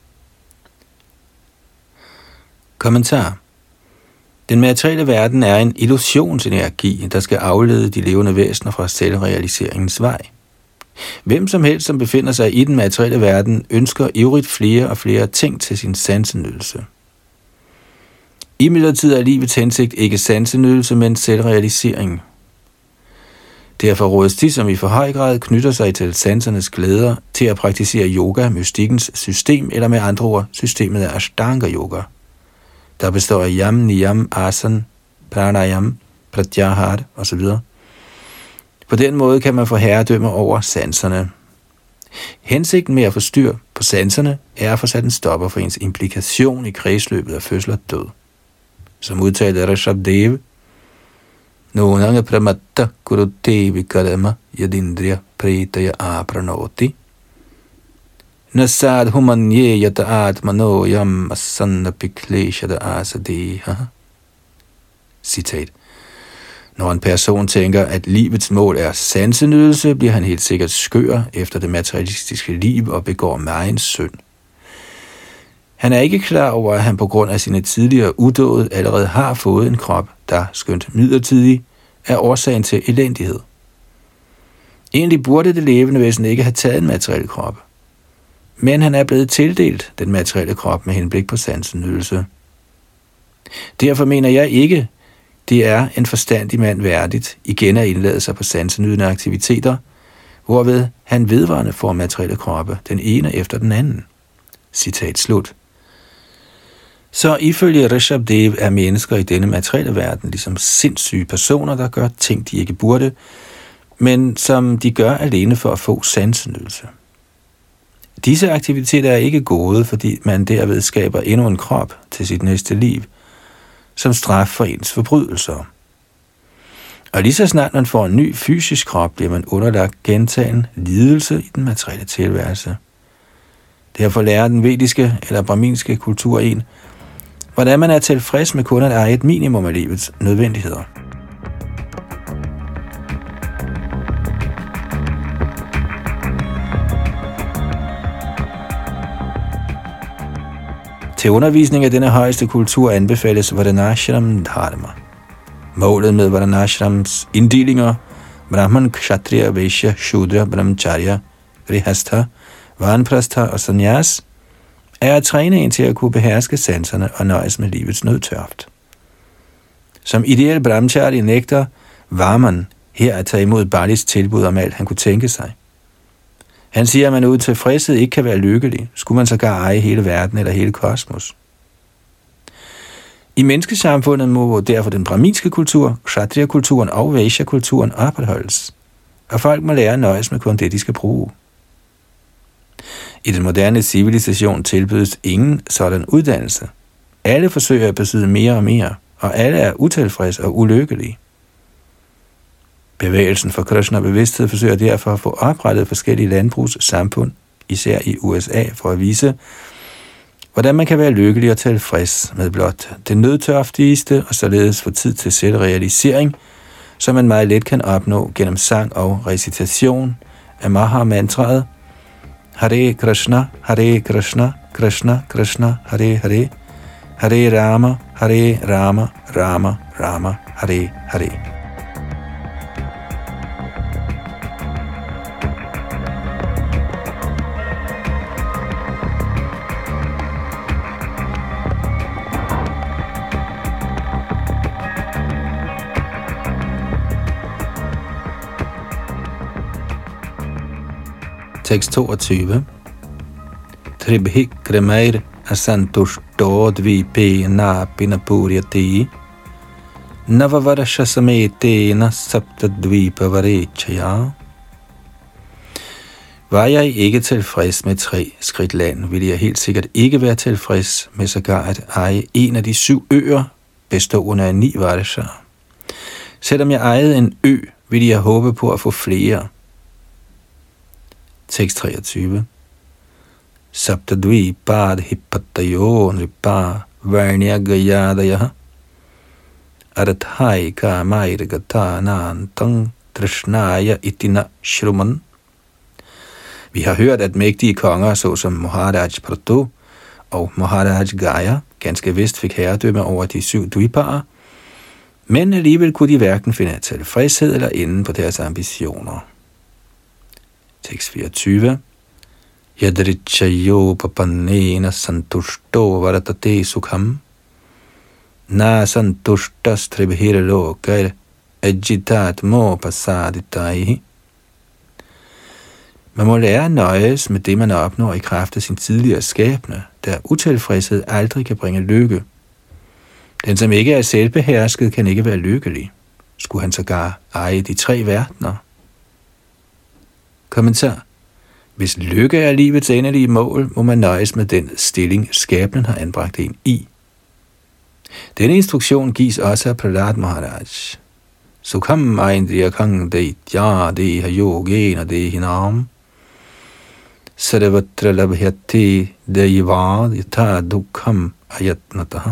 Kommentar. Den materielle verden er en illusionsenergi, der skal aflede de levende væsener fra selvrealiseringens vej. Hvem som helst, som befinder sig i den materielle verden, ønsker ivrigt flere og flere ting til sin sansenydelse. Imidlertid er livets hensigt ikke sansenydelse, men selvrealisering. Derfor rådes de, som i for høj grad knytter sig til sansernes glæder, til at praktisere yoga, mystikkens system, eller med andre ord, systemet af Ashtanga yoga, der består af yam, niyam, asan, pranayam, pratyahar osv. På den måde kan man få herredømme over sanserne. Hensigten med at få styr på sanserne er at få sat en stopper for ens implikation i kredsløbet af fødsel og død. Som udtalte Rishabdev, Nonanga pramatta kurute vikarama yadindriya pritaya apranoti nasad humanye yata atmano yam asanna pikleshada asadeha. Citat. Når en person tænker, at livets mål er sansenydelse, bliver han helt sikkert skør efter det materialistiske liv og begår megen synd. Han er ikke klar over, at han på grund af sine tidligere udåd allerede har fået en krop, der skønt midlertidig, er årsagen til elendighed. Egentlig burde det levende væsen ikke have taget en materiel krop, men han er blevet tildelt den materielle krop med henblik på sansenydelse. Derfor mener jeg ikke, det er en forstandig mand værdigt igen at indlade sig på sansenydende aktiviteter, hvorved han vedvarende får materielle kroppe, den ene efter den anden. Citat slut. Så ifølge Rishabdev er mennesker i denne materielle verden ligesom sindssyge personer, der gør ting, de ikke burde, men som de gør alene for at få sansenydelse. Disse aktiviteter er ikke gode, fordi man derved skaber endnu en krop til sit næste liv, som straf for ens forbrydelser. Og lige så snart man får en ny fysisk krop, bliver man underlagt gentagen lidelse i den materielle tilværelse. Derfor lærer den vediske eller brahminske kultur en, hvordan man er tilfreds med kun at eje et minimum af livets nødvendigheder. Til undervisning af denne højeste kultur anbefales Varnashram Dharma. Målet med Varnashrams inddelinger, Brahman, Kshatriya, Vaishya, Shudra, Brahmacharya, Grihastha, Vanprastha og Sannyas, er at træne en til at kunne beherske sanserne og nøjes med livets nødtørft. Som ideel brahmachari nægter Varman her at tage imod Balis tilbud om alt, han kunne tænke sig. Han siger, at man uden tilfredshed ikke kan være lykkelig, skulle man sågar eje hele verden eller hele kosmos. I menneskesamfundet må derfor den brahminske kultur, kshatriya-kulturen og vaishya-kulturen opretholdes, og folk må lære at nøjes med kun det, de skal bruge. I den moderne civilisation tilbydes ingen sådan uddannelse. Alle forsøger at besidde mere og mere, og alle er utilfredse og ulykkelige. Bevægelsen for Krishna bevidsthed forsøger derfor at få oprettet forskellige landbrugssamfund, især i USA, for at vise, hvordan man kan være lykkelig og tilfreds med blot det nødtørftigste, og således få tid til selvrealisering, som man meget let kan opnå gennem sang og recitation af Mahamantraet Hare Krishna, Hare Krishna, Krishna Krishna, Hare Hare, Hare Rama, Hare Rama, Rama Rama, Hare Hare. Tekst 22. Tribhi kremair asantushto dvipe napina puryati navavarasha sametena sapta dvipa varechaya. Var jeg ikke tilfreds med 3 skridt land, ville jeg helt sikkert ikke være tilfreds med sågar at eje en af de 7 øer, bestående af 9 varashaer. Selvom jeg ejede en ø, ville jeg håbe på at få flere. Tekst 23. Saptadvipad hippatayo nripa varnya gayadaya arathai kamairgata nantang trishnaya itina shruman. Vi har hørt, at mægtige konger, såsom Maharaj Prathu og Maharaj Gaya, ganske vist fik herredømme over de 7 dviparer, men alligevel kunne de hverken finde tilfredshed eller ende på deres ambitioner. Tekst 24. Yadrichayo papannena santushto varatate sukham na santushtas tribhira lokar ajitat mo pasaditaihi. Man må lære at nøjes med det, man opnår i kraft af sin tidligere skæbne, der utilfredshed aldrig kan bringe lykke. Den, som ikke er selvbehersket, kan ikke være lykkelig. Skulle han sågar eje de 3 verdener? Kommentar. Hvis lykke er livets endelige mål, må man nøjes med den stilling, skæbnen har anbragt en i. Denne instruktion gives også af Prahlad Maharaj. Sukham aindriya kang deitya deha yogena dehinam sarvatra labhyate deivad yatha dukham ayatnataha.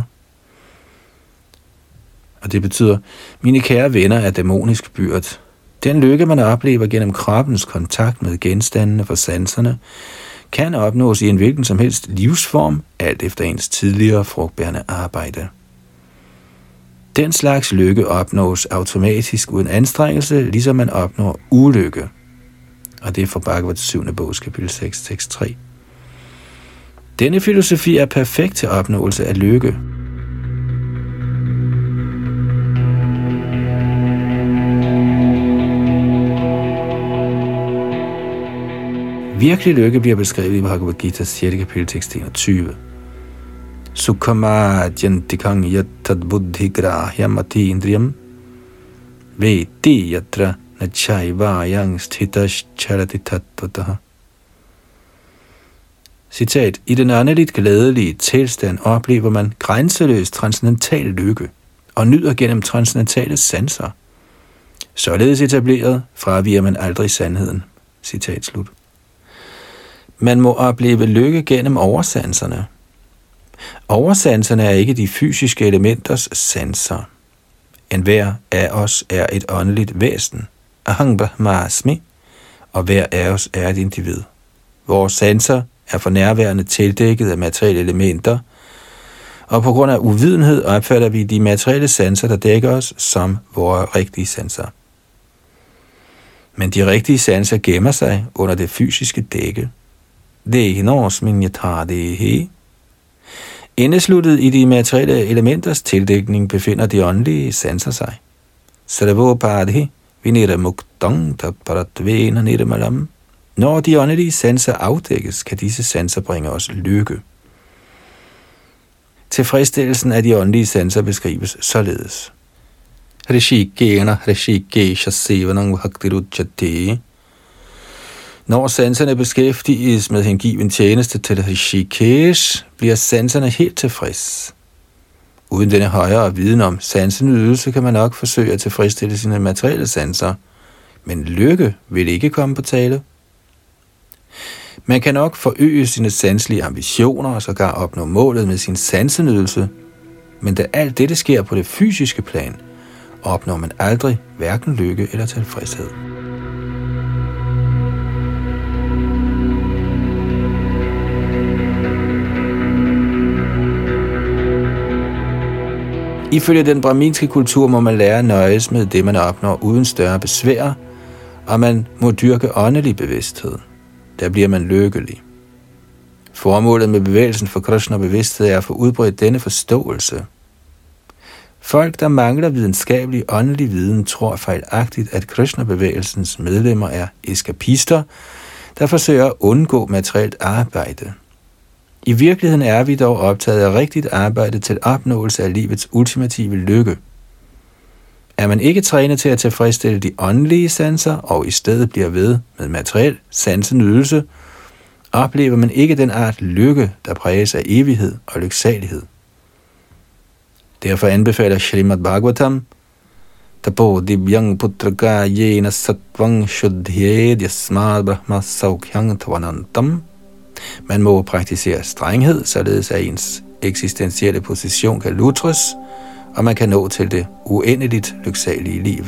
Og det betyder, mine kære venner er dæmonisk byrd. Den lykke, man oplever gennem kroppens kontakt med genstandene for sanserne, kan opnås i en hvilken som helst livsform, alt efter ens tidligere frugtbærende arbejde. Den slags lykke opnås automatisk uden anstrengelse, ligesom man opnår ulykke. Og det er fra Bhagavad 7. bog, kapitel 6, tekst 3. Denne filosofi er perfekt til opnåelse af lykke. Virkelig lykke bliver beskrevet i Bhagavad Gita 6. kapitel tekst 21. Sukhamadyantikang yattad buddhi grahyam atindriyam veti yatra nachayvayang sthitash charati tattvataha. Citat. I den åndeligt glædelige tilstand oplever man grænseløs transcendental lykke og nyder gennem transcendentale sanser. Således etableret fraviger man aldrig sandheden. Citat slut. Man må opleve lykke gennem oversanserne. Oversanserne er ikke de fysiske elementers sanser. Enhver af os er et åndeligt væsen, ahang brahmasmi, og hver af os er et individ. Vores sanser er for nærværende tildækket af materielle elementer, og på grund af uvidenhed opfatter vi de materielle sanser, der dækker os, som vores rigtige sanser. Men de rigtige sanser gemmer sig under det fysiske dække. Indesluttet i de materielle elementers tildækning befinder de åndelige sanser sig. Når de åndelige sanser afdækkes, kan disse sanser bringe os lykke. Tilfredsstillelsen af de åndelige sanser beskrives således. Når sanserne beskæftiges med hengiven tjeneste til Rishikesh, bliver sanserne helt tilfreds. Uden denne højere viden om sansenydelse kan man nok forsøge at tilfredsstille sine materielle sanser, men lykke vil ikke komme på tale. Man kan nok forøge sine sanselige ambitioner og sågar opnå målet med sin sansenydelse, men da alt dette sker på det fysiske plan, opnår man aldrig hverken lykke eller tilfredshed. Ifølge den brahminske kultur må man lære at nøjes med det, man opnår uden større besvær, og man må dyrke åndelig bevidsthed. Der bliver man lykkelig. Formålet med bevægelsen for Krishna-bevidsthed er at få udbredt denne forståelse. Folk, der mangler videnskabelig åndelig viden, tror fejlagtigt, at Krishna-bevægelsens medlemmer er eskapister, der forsøger at undgå materielt arbejde. I virkeligheden er vi dog optaget af rigtigt arbejde til opnåelse af livets ultimative lykke. Er man ikke trænet til at tilfredsstille de åndelige sanser og i stedet bliver ved med materiel sansenydelse, oplever man ikke den art lykke, der præges af evighed og lyksalighed. Derfor anbefaler Srimad Bhagavatam, Tapo divyang putraka yena sattvang shuddhyed yasmad brahma saukhyang tvanantam. Man må praktisere strenghed, således at ens eksistentielle position kan lutres, og man kan nå til det uendeligt lyksalige liv.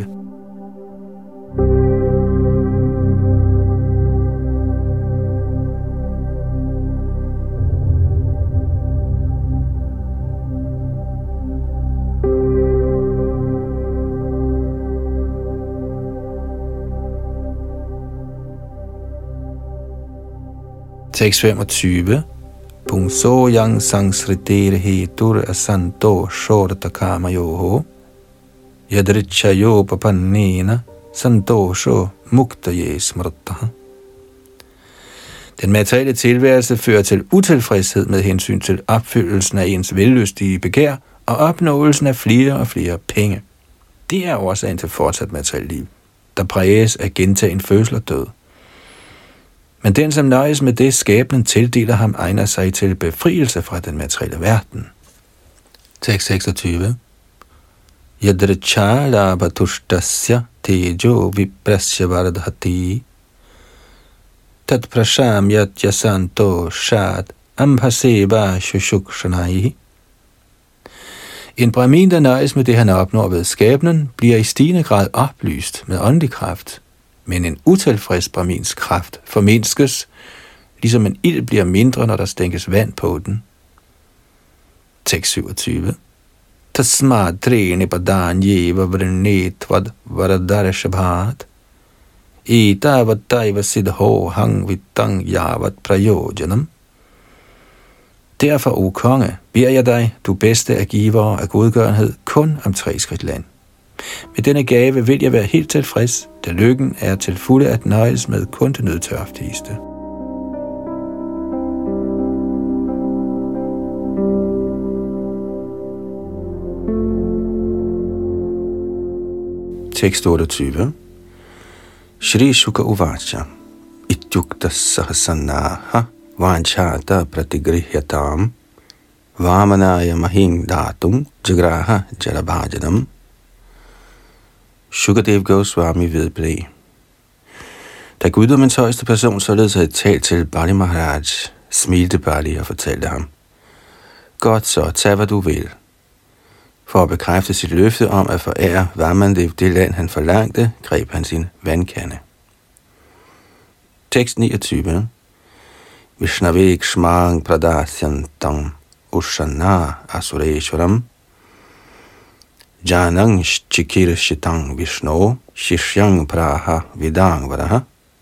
Tekst 25. Pungso yang sangsritere hetur asanto shorta kama yoho. Yadrichayo papannena santosho muktaye smrtaha. Den materielle tilværelse fører til utilfredshed med hensyn til opfyldelsen af ens vellystige begær og opnåelsen af flere og flere penge. Det er årsagen til fortsat materielt liv, der præges af gentagen fødsel og død. Men den, som nøjes med det, skæbnen tildeler ham, egner sig til befrielse fra den materielle verden. Tekst 26. Yadricha labhatushtasya tejo viprasya vardhati tat prasham yatyasanto shat ambhaseva shushukshanai. En brahmin, der nøjes med det, han opnår ved skæbnen, bliver i stigende grad oplyst med åndelig kraft. Men en utilfreds brahmins kraft formindskes, ligesom en ild bliver mindre, når der stænkes vand på den. Tekst 27. Tasmad trene padanyeva vrinetvad varadarshabhat etavadaiva siddho hang vitang yavat prayojanam. Derfor, o konge, beder jeg dig, du bedste af givere af godgørenhed, kun om 3 skridt land. Med denne gave vil jeg være helt tilfreds, da lykken er til fulde at nøjes med kun det nødtørftigste. Tekst 28. Shri Shuka Uvacha Ityukta Sahasanaha Vanchata Pratigrihyatam Vamanaya Mahing Datum Jagraha Jarabhajanam. Shukadev Goswami vedblev. Da guddommens højeste person således havde talt til Bali Maharaj, smilte Bali og fortalte ham: Godt så, tag hvad du vil. For at bekræfte sit løfte om at forære Vamandev det land, han forlangte, greb han sin vandkande. Tekst 29. Vishnavek shmang pradasyantam ushana asureshwaram Janang chikirshitang Vishnu shishyang praha vidang varaha.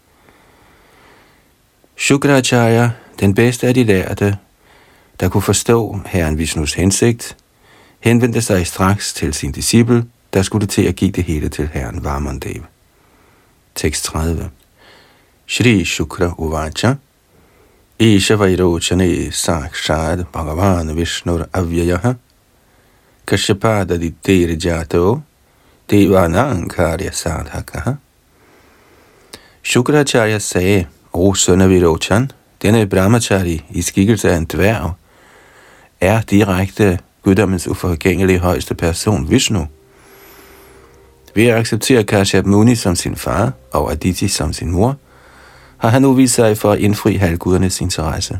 Shukracharya, den bedste af de lærte, der kunne forstå herren Vishnus hensigt, henvendte sig straks til sin disciple, der skulle til at give det hele til herren Vamandev. Tekst 30. Shri Shukra Uvacha Isha Vairochane Sakshad Bhagavan Vishnur Avyayaha Kashyapa Ditere Jato Devanang Karya Sadhakaha. Shukracharya sagde: O søn af Virochan, denne brahmachari i skikkelse af en dværg er direkte guddommens uforgængelige højeste person, Vishnu. Ved at acceptere Kashyap Muni som sin far og Aditi som sin mor, har han nu vist sig for at indfri halvgudernes interesse.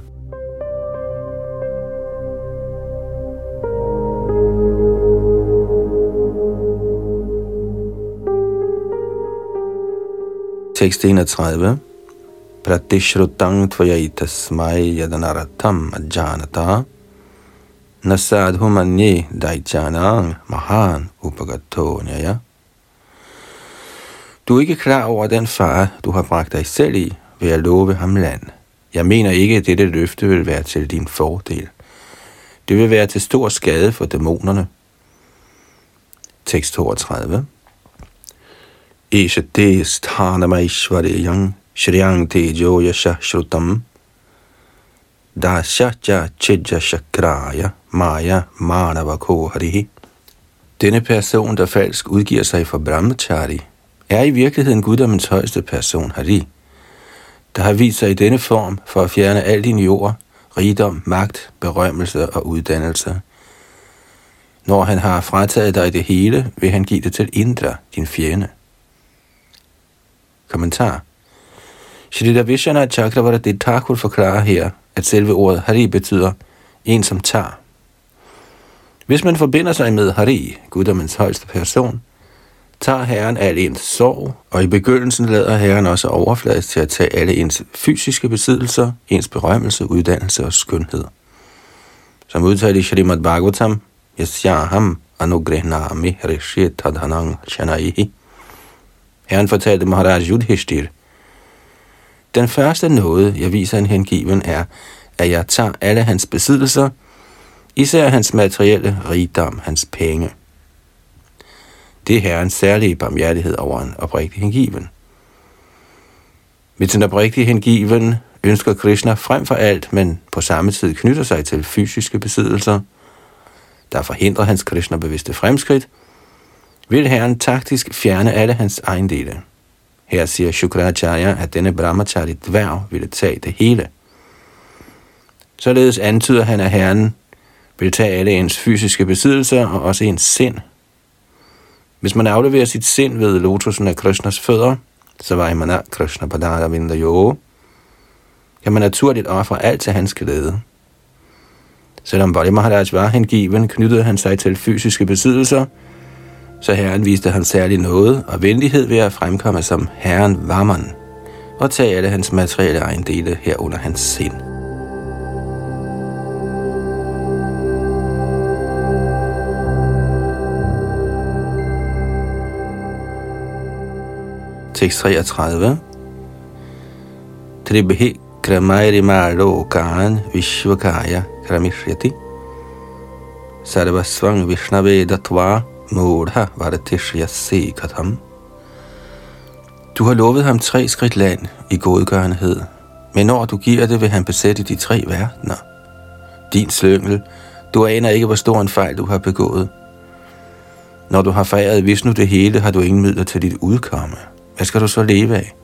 Tekst 31. Pratishrutang tvayaitasmai yadanaratam ajanata nasadhu manye daichanang mahan upagatonaya. Du er ikke klar over den fare, du har bragt dig selv i ved at love ham land. Jeg mener ikke, at dette løfte vil være til din fordel. Det vil være til stor skade for dæmonerne. Tekst 32. Ishate sthanamaishvareyang shriyang tejo yasha shrutam dashaja chidja shakraya maya manavako harihi. Denne person, der falsk udgiver sig for brahmachari, er i virkeligheden guddommens højeste person, Hari, der har vist sig i denne form for at fjerne al din jord, rigdom, magt, berømmelse og uddannelse. Når han har frataget dig det hele, vil han give det til Indra, din fjende. Kommentar. Shrita Vishwanath Chakravarti Thakur forklarer her, at selve ordet Hari betyder en som tager. Hvis man forbinder sig med Hari, guddommens højeste person, tager herren al ens sorg, og i begyndelsen lader herren også overfladisk til at tage alle ens fysiske besiddelser, ens berømmelse, uddannelse og skønhed. Som udtalt i Srimad Bhagavatam, Yasyaham anugrehnami rishitadhanang chanaihi. Herren fortalte Maharaj Yudhishthir: Den første nåde, jeg viser en hengiven, er, at jeg tager alle hans besiddelser, især hans materielle rigdom, hans penge. Det er Herrens særlige barmhjertighed over en oprigtig hengiven. Med sin oprigtige hengiven ønsker Krishna frem for alt, men på samme tid knytter sig til fysiske besiddelser, der forhindrer hans Krishna-bevidste fremskridt, vil Herren taktisk fjerne alle hans ejendele. Her siger Shukracharya, at denne brahmachari dværg ville tage det hele. Således antyder han, at Herren vil tage alle ens fysiske besiddelser og også ens sind. Hvis man afleverer sit sind ved lotusen af Krishnas fødder, så var man Krishna Padara Vindayo, kan man naturligt ofre alt til hans glæde. Selvom Bali Maharaj var hengiven, knyttede han sig til fysiske besiddelser, så Herren viste ham særlig noget og venlighed ved at fremkomme som Herren Vaman og tage alle hans materielle ejendele herunder hans sind. Tekst 33. Tribhi kramairi malokan vishvakaya kramishyati sarvasvang vishnavedatva mudha varatishyasi katham. Du har lovet ham 3 skridt land i godgørenhed, men når du giver det, vil han besætte de 3 verdener. Din slyngel, du aner ikke, hvor stor en fejl du har begået. Når du har foræret Vishnu det hele, har du ingen midler til dit udkomme. Hvad skal du så leve af?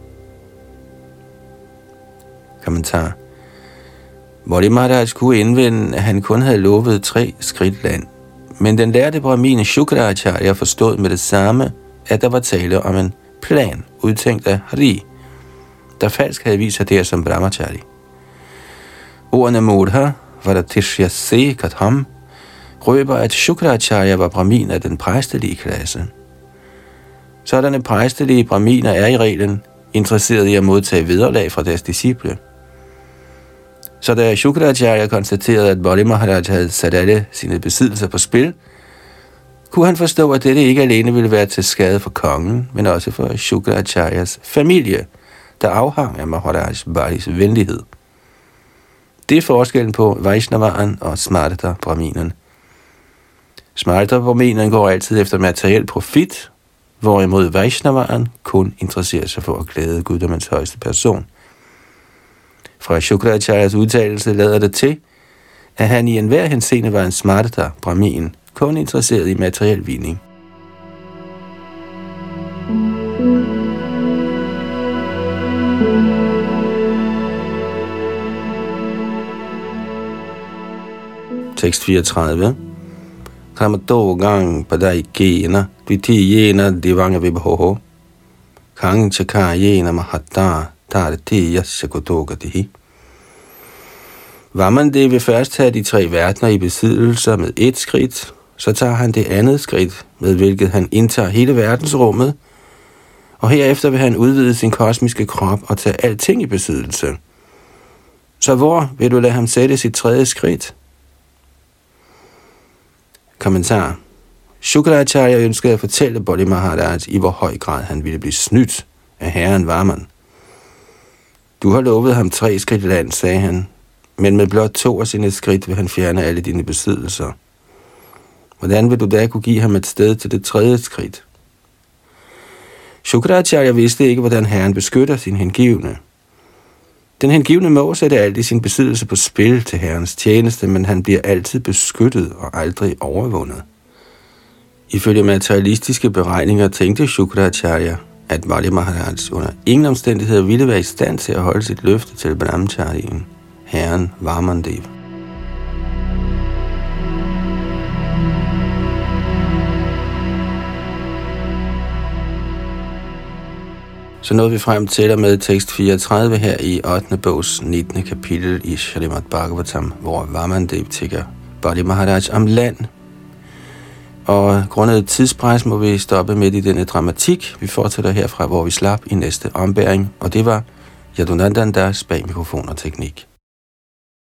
Kommentar. Bali Maharaj kunne indvende, at han kun havde lovet 3 skridt land, men den lærte brahmine Shukracharya forstod med det samme, at der var tale om en plan, udtænkt af Hari, der falsk havde vist sig der som brahmachari. Ordene Mudha Varatishyase Katham røber, at Shukracharya var brahmin af den præstelige klasse. Sådanne præstelige brahminer er i reglen interesseret i at modtage vederlag fra deres disciple. Så da Shukracharya konstaterede, at Bali Maharaj havde sat alle sine besiddelser på spil, kunne han forstå, at dette ikke alene ville være til skade for kongen, men også for Shukracharyas familie, der afhang af Maharaj Balis venlighed. Det er forskellen på Vaishnavaren og Smarta-brahminen. Smarta-brahminen går altid efter materiel profit, hvorimod Vaishnavaren kun interesserer sig for at glæde guddommens højeste person. Fra Shukracharyas udtalelse lader det til, at han i enhver henseende var en Smarta-brahmin, kun interesseret i materiel vinding. Tekst 34. Kramato gang padai kena dvitiyena divanga vibhoho kang chakayena mahatta tarati yasyakotogatihi. Var man det vil først tage de 3 verdener i besiddelser med 1 skridt, så tager han det andet skridt, med hvilket han indtager hele verdensrummet, og herefter vil han udvide sin kosmiske krop og tage alting i besiddelse. Så hvor vil du lade ham sætte sit 3. skridt? Kommentar. Shukracharya ønskede at fortælle Bali Maharaj, i hvor høj grad han ville blive snydt af Herren Vaman. Du har lovet ham 3 skridt land, sagde han, men med blot 2 af sine skridt vil han fjerne alle dine besiddelser. Hvordan vil du da kunne give ham et sted til det 3. skridt? Shukracharya vidste ikke, hvordan Herren beskytter sin hengivne. Den hengivne må sætte alt i sin besiddelse på spil til Herrens tjeneste, men han bliver altid beskyttet og aldrig overvundet. Ifølge materialistiske beregninger tænkte Shukracharya, at Bali Maharaj under ingen omstændigheder ville være i stand til at holde sit løfte til brahmacharien, Herren Vamandev. Så nåede vi frem til og med tekst 34 her i 8. bogs 19. kapitel i Srimad Bhagavatam, hvor Vamandev tigger Bali Maharaj om land. Og grundet tidspres må vi stoppe midt i denne dramatik. Vi fortsætter herfra, hvor vi slap i næste ombæring, og det var Yadunandan Das bag mikrofon og teknik.